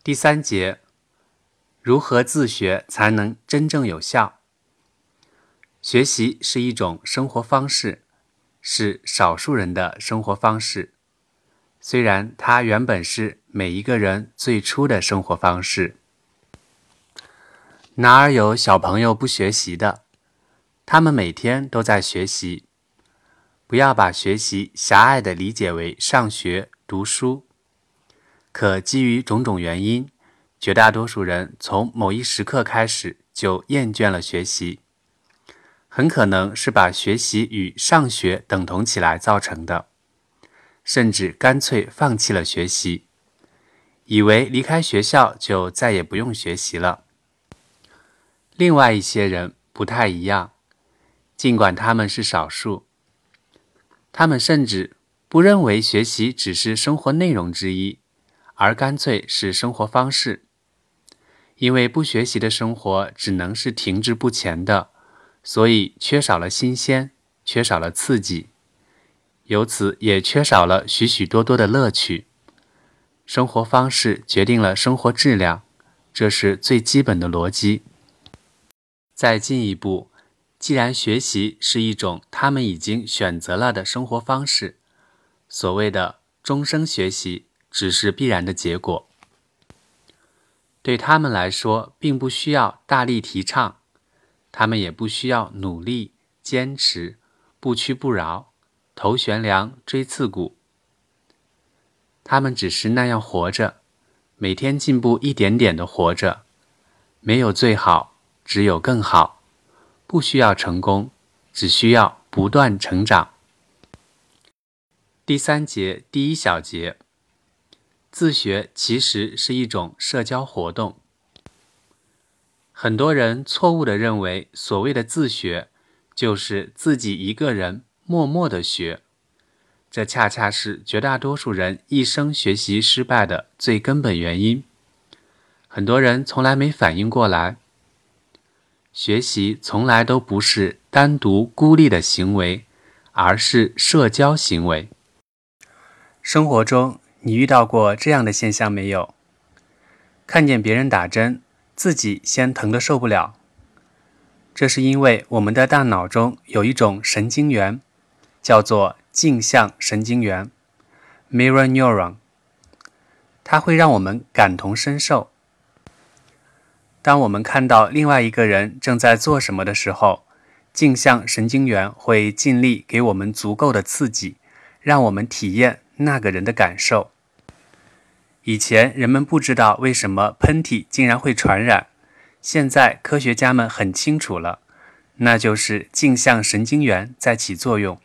第3节，如何自学才能真正有效？学习是一种生活方式，是少数人的生活方式。虽然它原本是每一个人最初的生活方式。哪儿有小朋友不学习的？他们每天都在学习。不要把学习狭隘地理解为上学、读书。可基于种种原因，绝大多数人从某一时刻开始就厌倦了学习，很可能是把学习与上学等同起来造成的，甚至干脆放弃了学习，以为离开学校就再也不用学习了。另外一些人不太一样，尽管他们是少数，他们甚至不认为学习只是生活内容之一，而干脆是生活方式。因为不学习的生活只能是停滞不前的，所以缺少了新鲜，缺少了刺激，由此也缺少了许许多多的乐趣。生活方式决定了生活质量，这是最基本的逻辑。再进一步，既然学习是一种他们已经选择了的生活方式，所谓的终生学习只是必然的结果。对他们来说，并不需要大力提倡，他们也不需要努力、坚持、不屈不挠、头悬梁、锥刺股。他们只是那样活着，每天进步一点点地活着，没有最好，只有更好，不需要成功，只需要不断成长。第3节第1小节，自学其实是一种社交活动。很多人错误地认为，所谓的自学就是自己一个人默默地学，这恰恰是绝大多数人一生学习失败的最根本原因。很多人从来没反应过来，学习从来都不是单独孤立的行为，而是社交行为。生活中，你遇到过这样的现象没有？看见别人打针，自己先疼得受不了。这是因为我们的大脑中有一种神经元，叫做镜像神经元 （mirror neuron）， 它会让我们感同身受。当我们看到另外一个人正在做什么的时候，镜像神经元会尽力给我们足够的刺激，让我们体验那个人的感受。以前人们不知道为什么喷嚏竟然会传染，现在科学家们很清楚了，那就是镜像神经元在起作用。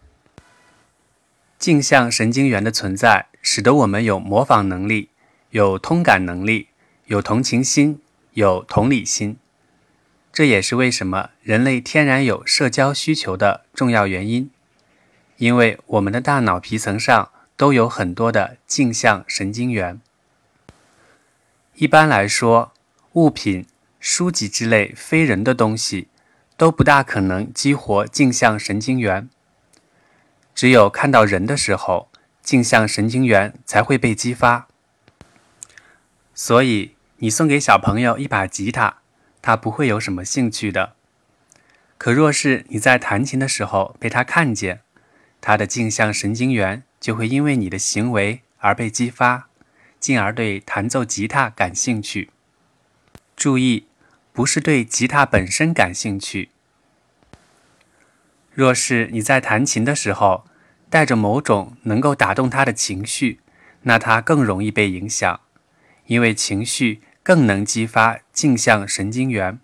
镜像神经元的存在，使得我们有模仿能力，有通感能力，有同情心，有同理心。这也是为什么人类天然有社交需求的重要原因，因为我们的大脑皮层上都有很多的镜像神经元。一般来说，物品、书籍之类非人的东西都不大可能激活镜像神经元，只有看到人的时候，镜像神经元才会被激发。所以你送给小朋友一把吉他，他不会有什么兴趣的。可若是你在弹琴的时候被他看见，他的镜像神经元就会因为你的行为而被激发，进而对弹奏吉他感兴趣。注意，不是对吉他本身感兴趣。若是你在弹琴的时候带着某种能够打动他的情绪，那他更容易被影响，因为情绪更能激发镜像神经元。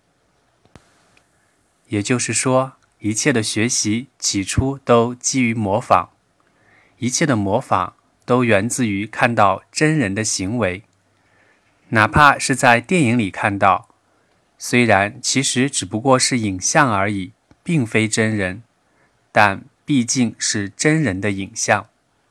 也就是说，一切的学习起初都基于模仿，一切的模仿都源自于看到真人的行为，哪怕是在电影里看到，虽然其实只不过是影像而已，并非真人，但毕竟是真人的影像。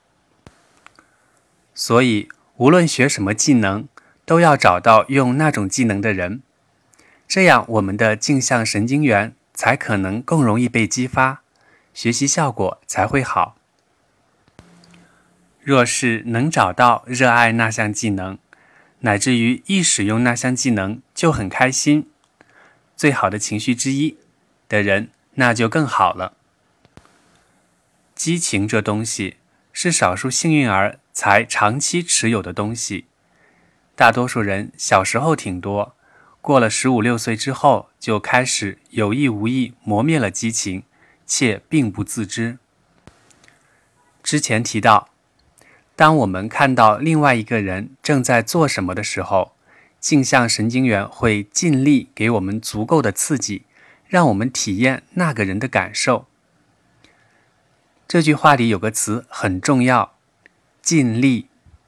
所以无论学什么技能，都要找到用那种技能的人，这样我们的镜像神经元才可能更容易被激发，学习效果才会好。若是能找到热爱那项技能， 乃至于一使用那项技能就很开心，最好的情绪之一的人，那就更好了。激情这东西是少数幸运儿才长期持有的东西，大多数人小时候挺多，过了15、16岁之后就开始有意无意磨灭了激情，且并不自知。之前提到，当我们看到另外一个人正在做什么的时候，镜像神经元会尽力给我们足够的刺激，让我们体验那个人的感受。这句话里有个词很重要，尽力。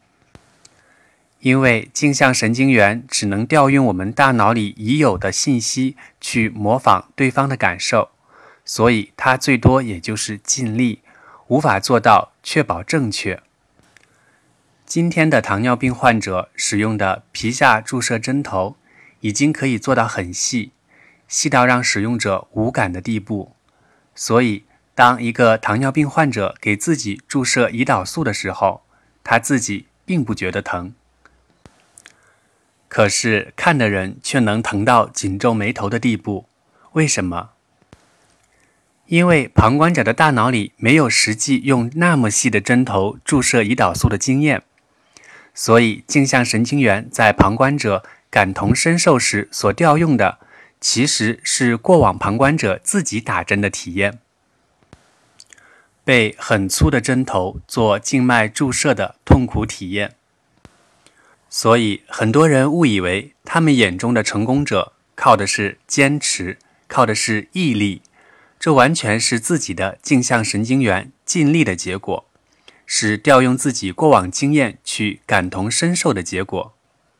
因为镜像神经元只能调用我们大脑里已有的信息去模仿对方的感受，所以它最多也就是尽力，无法做到确保正确。今天的糖尿病患者使用的皮下注射针头已经可以做到很细，细到让使用者无感的地步。所以当一个糖尿病患者给自己注射胰岛素的时候，他自己并不觉得疼。可是看的人却能疼到紧皱眉头的地步。为什么？因为旁观者的大脑里没有实际用那么细的针头注射胰岛素的经验，所以镜像神经元在旁观者感同身受时所调用的，其实是过往旁观者自己打针的体验。被很粗的针头做静脉注射的痛苦体验。所以很多人误以为他们眼中的成功者靠的是坚持，靠的是毅力，这完全是自己的镜像神经元尽力的结果，是调用自己过往经验去感同身受的结果。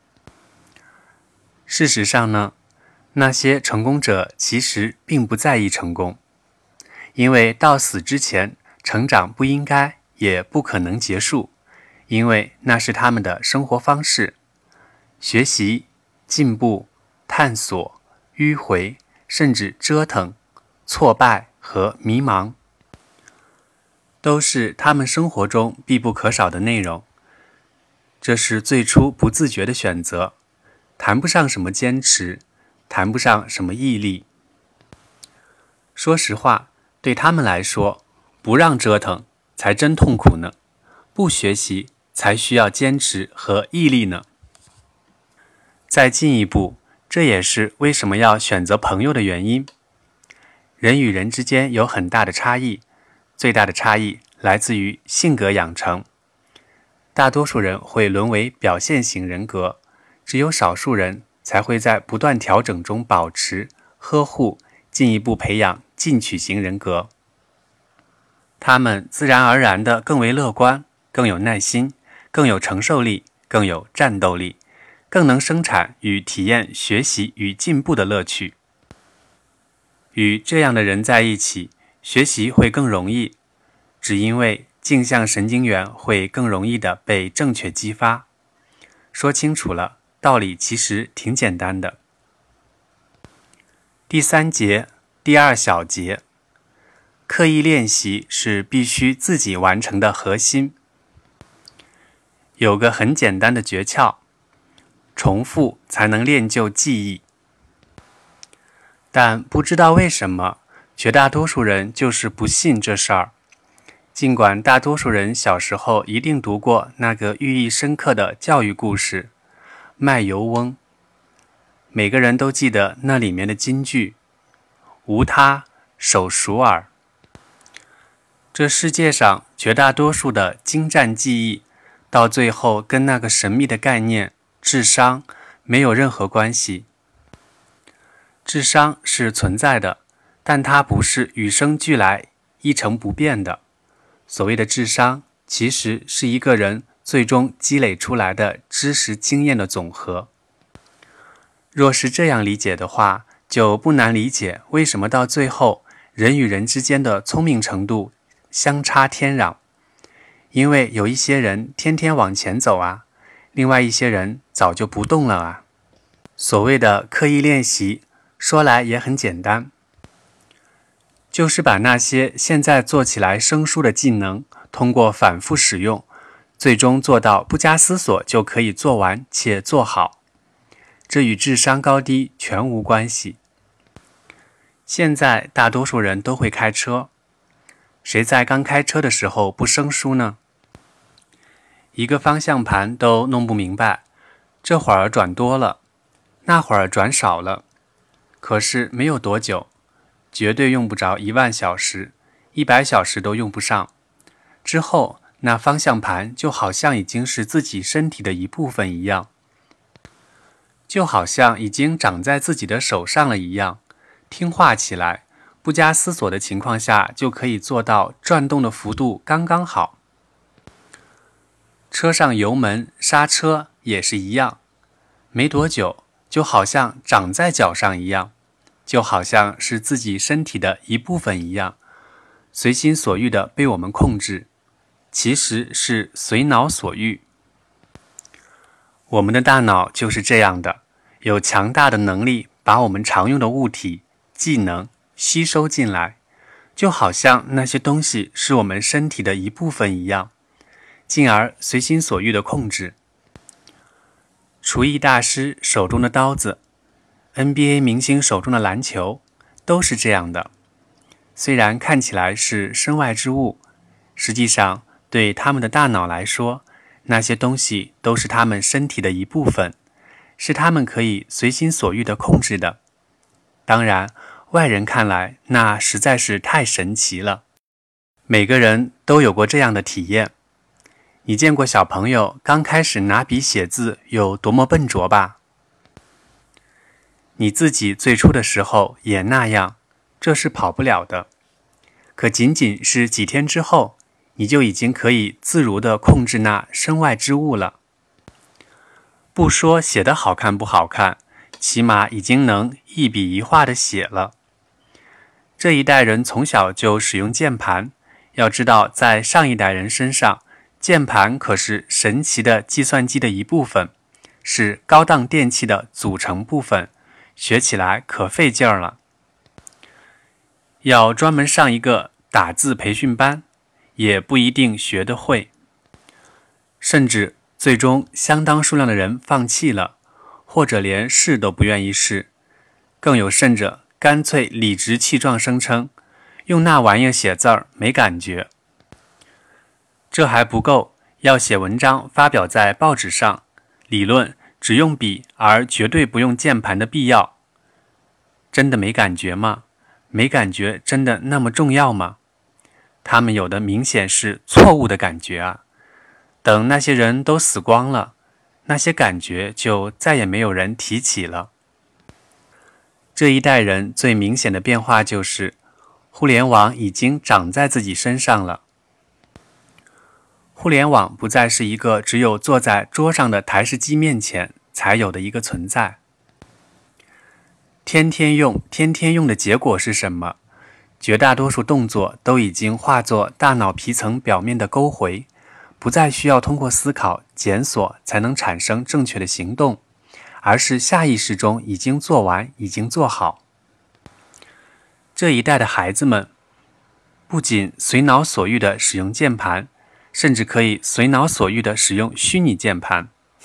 事实上呢，那些成功者其实并不在意成功，因为到死之前，成长不应该也不可能结束，因为那是他们的生活方式。学习、进步、探索、迂回，甚至折腾、挫败和迷茫，都是他们生活中必不可少的内容。这是最初不自觉的选择，谈不上什么坚持，谈不上什么毅力。说实话，对他们来说，不让折腾才真痛苦呢，不学习才需要坚持和毅力呢。再进一步，这也是为什么要选择朋友的原因。人与人之间有很大的差异，最大的差异来自于性格养成。大多数人会沦为表现型人格，只有少数人才会在不断调整中保持、呵护，进一步培养进取型人格。他们自然而然地更为乐观，更有耐心，更有承受力，更有战斗力，更能生产与体验学习与进步的乐趣。与这样的人在一起，学习会更容易，只因为镜像神经元会更容易地被正确激发。说清楚了，道理其实挺简单的。第3节，第2小节，刻意练习是必须自己完成的核心。有个很简单的诀窍，重复才能练就记忆。但不知道为什么，绝大多数人就是不信这事儿。尽管大多数人小时候一定读过那个寓意深刻的教育故事《卖油翁》，每个人都记得那里面的金句：无他，手熟耳。这世界上绝大多数的精湛记忆，到最后跟那个神秘的概念智商没有任何关系。智商是存在的，但它不是与生俱来、一成不变的。所谓的智商，其实是一个人最终积累出来的知识经验的总和。若是这样理解的话，就不难理解为什么到最后人与人之间的聪明程度相差天壤。因为有一些人天天往前走啊，另外一些人早就不动了啊。所谓的刻意练习，说来也很简单，就是把那些现在做起来生疏的技能，通过反复使用， 最终做到不加思索就可以做完且做好，这与智商高低全无关系。现在大多数人都会开车，谁在刚开车的时候不生疏呢？一个方向盘都弄不明白，这会儿转多了，那会儿转少了，可是没有多久，绝对用不着10000小时，100小时都用不上。之后那方向盘就好像已经是自己身体的一部分一样，就好像已经长在自己的手上了一样，听话起来，不加思索的情况下就可以做到转动的幅度刚刚好。车上油门、刹车也是一样，没多久就好像长在脚上一样，就好像是自己身体的一部分一样，随心所欲地被我们控制，其实是随脑所欲。我们的大脑就是这样的，有强大的能力把我们常用的物体、技能吸收进来，就好像那些东西是我们身体的一部分一样，进而随心所欲的控制。厨艺大师手中的刀子， NBA 明星手中的篮球，都是这样的。虽然看起来是身外之物，实际上对他们的大脑来说，那些东西都是他们身体的一部分，是他们可以随心所欲的控制的。当然，外人看来那实在是太神奇了。每个人都有过这样的体验。你见过小朋友刚开始拿笔写字有多么笨拙吧？你自己最初的时候也那样，这是跑不了的。可仅仅是几天之后，你就已经可以自如地控制那身外之物了。不说写得好看不好看，起码已经能一笔一画地写了。这一代人从小就使用键盘，要知道在上一代人身上，键盘可是神奇的计算机的一部分，是高档电器的组成部分，学起来可费劲儿了。要专门上一个打字培训班，也不一定学得会，甚至最终相当数量的人放弃了，或者连试都不愿意试，更有甚者干脆理直气壮声称用那玩意儿写字儿没感觉。这还不够，要写文章发表在报纸上，理论只用笔而绝对不用键盘的必要。真的没感觉吗？没感觉真的那么重要吗？他们有的明显是错误的感觉啊！等那些人都死光了，那些感觉就再也没有人提起了。这一代人最明显的变化就是，互联网已经长在自己身上了。互联网不再是一个只有坐在桌上的台式机面前才有的一个存在。天天用的结果是什么？绝大多数动作都已经化作大脑皮层表面的勾回，不再需要通过思考检索才能产生正确的行动，而是下意识中已经做完，已经做好。这一代的孩子们不仅随脑所欲地使用键盘，甚至可以随脑所欲地使用虚拟键盘。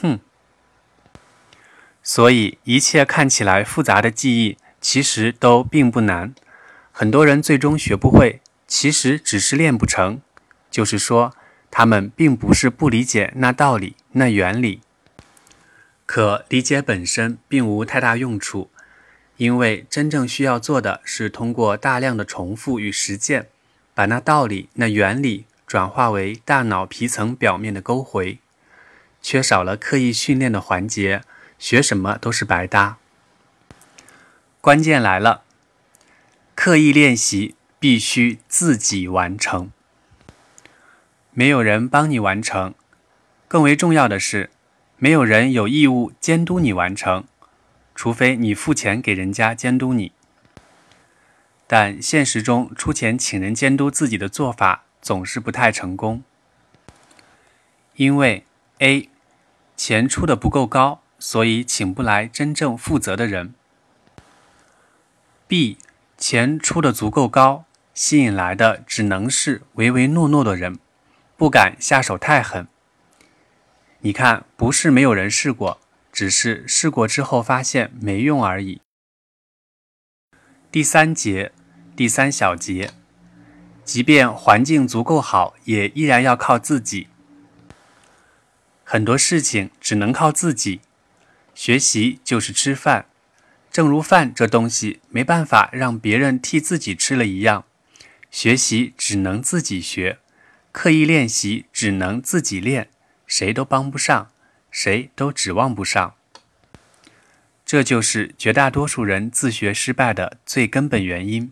所以一切看起来复杂的记忆其实都并不难，很多人最终学不会，其实只是练不成，就是说他们并不是不理解那道理、那原理。可理解本身并无太大用处，因为真正需要做的是通过大量的重复与实践，把那道理、那原理转化为大脑皮层表面的勾回。缺少了刻意训练的环节，学什么都是白搭。关键来了，刻意练习必须自己完成，没有人帮你完成。更为重要的是，没有人有义务监督你完成，除非你付钱给人家监督你。但现实中出钱请人监督自己的做法总是不太成功，因为 A 钱出的不够高，所以请不来真正负责的人。B 钱出的足够高，吸引来的只能是唯唯诺诺的人，不敢下手太狠。 你看，不是没有人试过，只是试过之后发现没用而已。第三节，第三小节，即便环境足够好，也依然要靠自己。很多事情只能靠自己，学习就是吃饭，正如饭这东西没办法让别人替自己吃了一样，学习只能自己学，刻意练习只能自己练，谁都帮不上，谁都指望不上。这就是绝大多数人自学失败的最根本原因。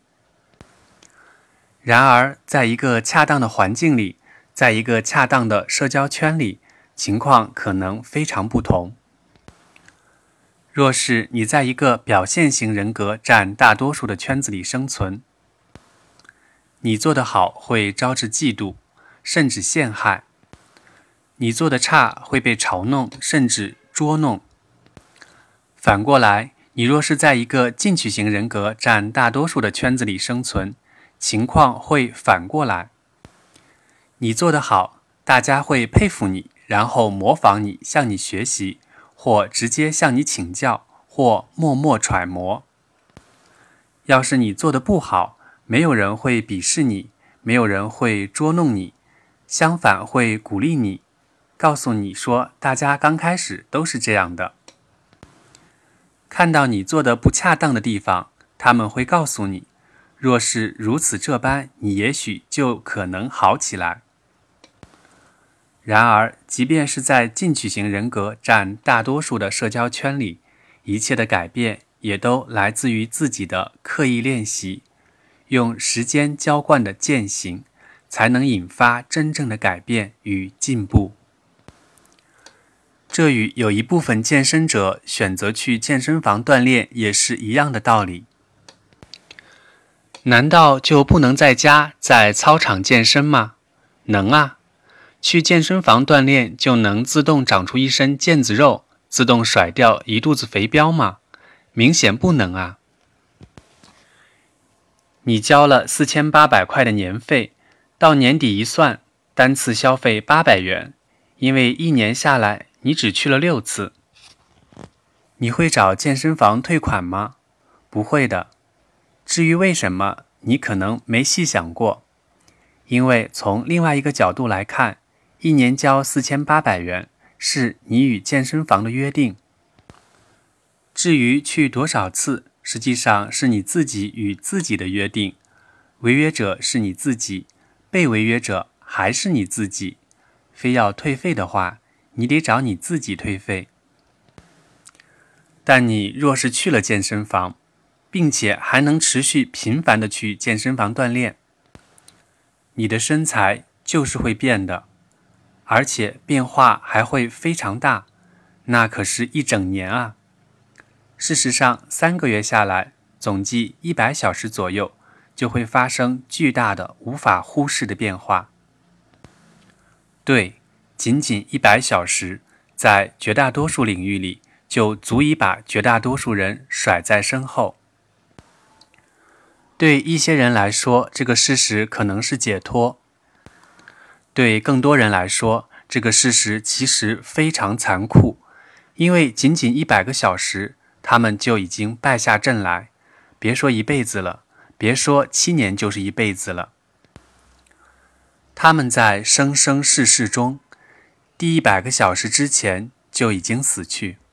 然而，在一个恰当的环境里，在一个恰当的社交圈里，情况可能非常不同。若是你在一个表现型人格占大多数的圈子里生存，你做得好会招致嫉妒，甚至陷害；你做得差会被嘲弄，甚至捉弄。反过来，你若是在一个进取型人格占大多数的圈子里生存，情况会反过来。你做得好，大家会佩服你，然后模仿你，向你学习，或直接向你请教，或默默揣摩。要是你做得不好，没有人会鄙视你，没有人会捉弄你，相反会鼓励你，告诉你说大家刚开始都是这样的。看到你做得不恰当的地方，他们会告诉你，若是如此这般，你也许就可能好起来。然而，即便是在进取型人格占大多数的社交圈里，一切的改变也都来自于自己的刻意练习，用时间浇灌的践行，才能引发真正的改变与进步。这与有一部分健身者选择去健身房锻炼也是一样的道理。难道就不能在家在操场健身吗？能啊。去健身房锻炼就能自动长出一身腱子肉，自动甩掉一肚子肥膘吗？明显不能啊。你交了4800块的年费，到年底一算，单次消费800元，因为一年下来你只去了6次。你会找健身房退款吗？不会的。至于为什么，你可能没细想过。因为从另外一个角度来看，一年交4800元是你与健身房的约定。至于去多少次，实际上是你自己与自己的约定。违约者是你自己，被违约者还是你自己。非要退费的话，你得找你自己退费。但你若是去了健身房，并且还能持续频繁地去健身房锻炼，你的身材就是会变的，而且变化还会非常大，那可是一整年啊。事实上，3个月下来，总计100小时左右，就会发生巨大的、无法忽视的变化。对，仅仅100小时，在绝大多数领域里，就足以把绝大多数人甩在身后。对一些人来说，这个事实可能是解脱；对更多人来说，这个事实其实非常残酷，因为仅仅100个小时，他们就已经败下阵来，别说一辈子了，别说7年就是一辈子了。他们在生生世世中，第100个小时之前就已经死去。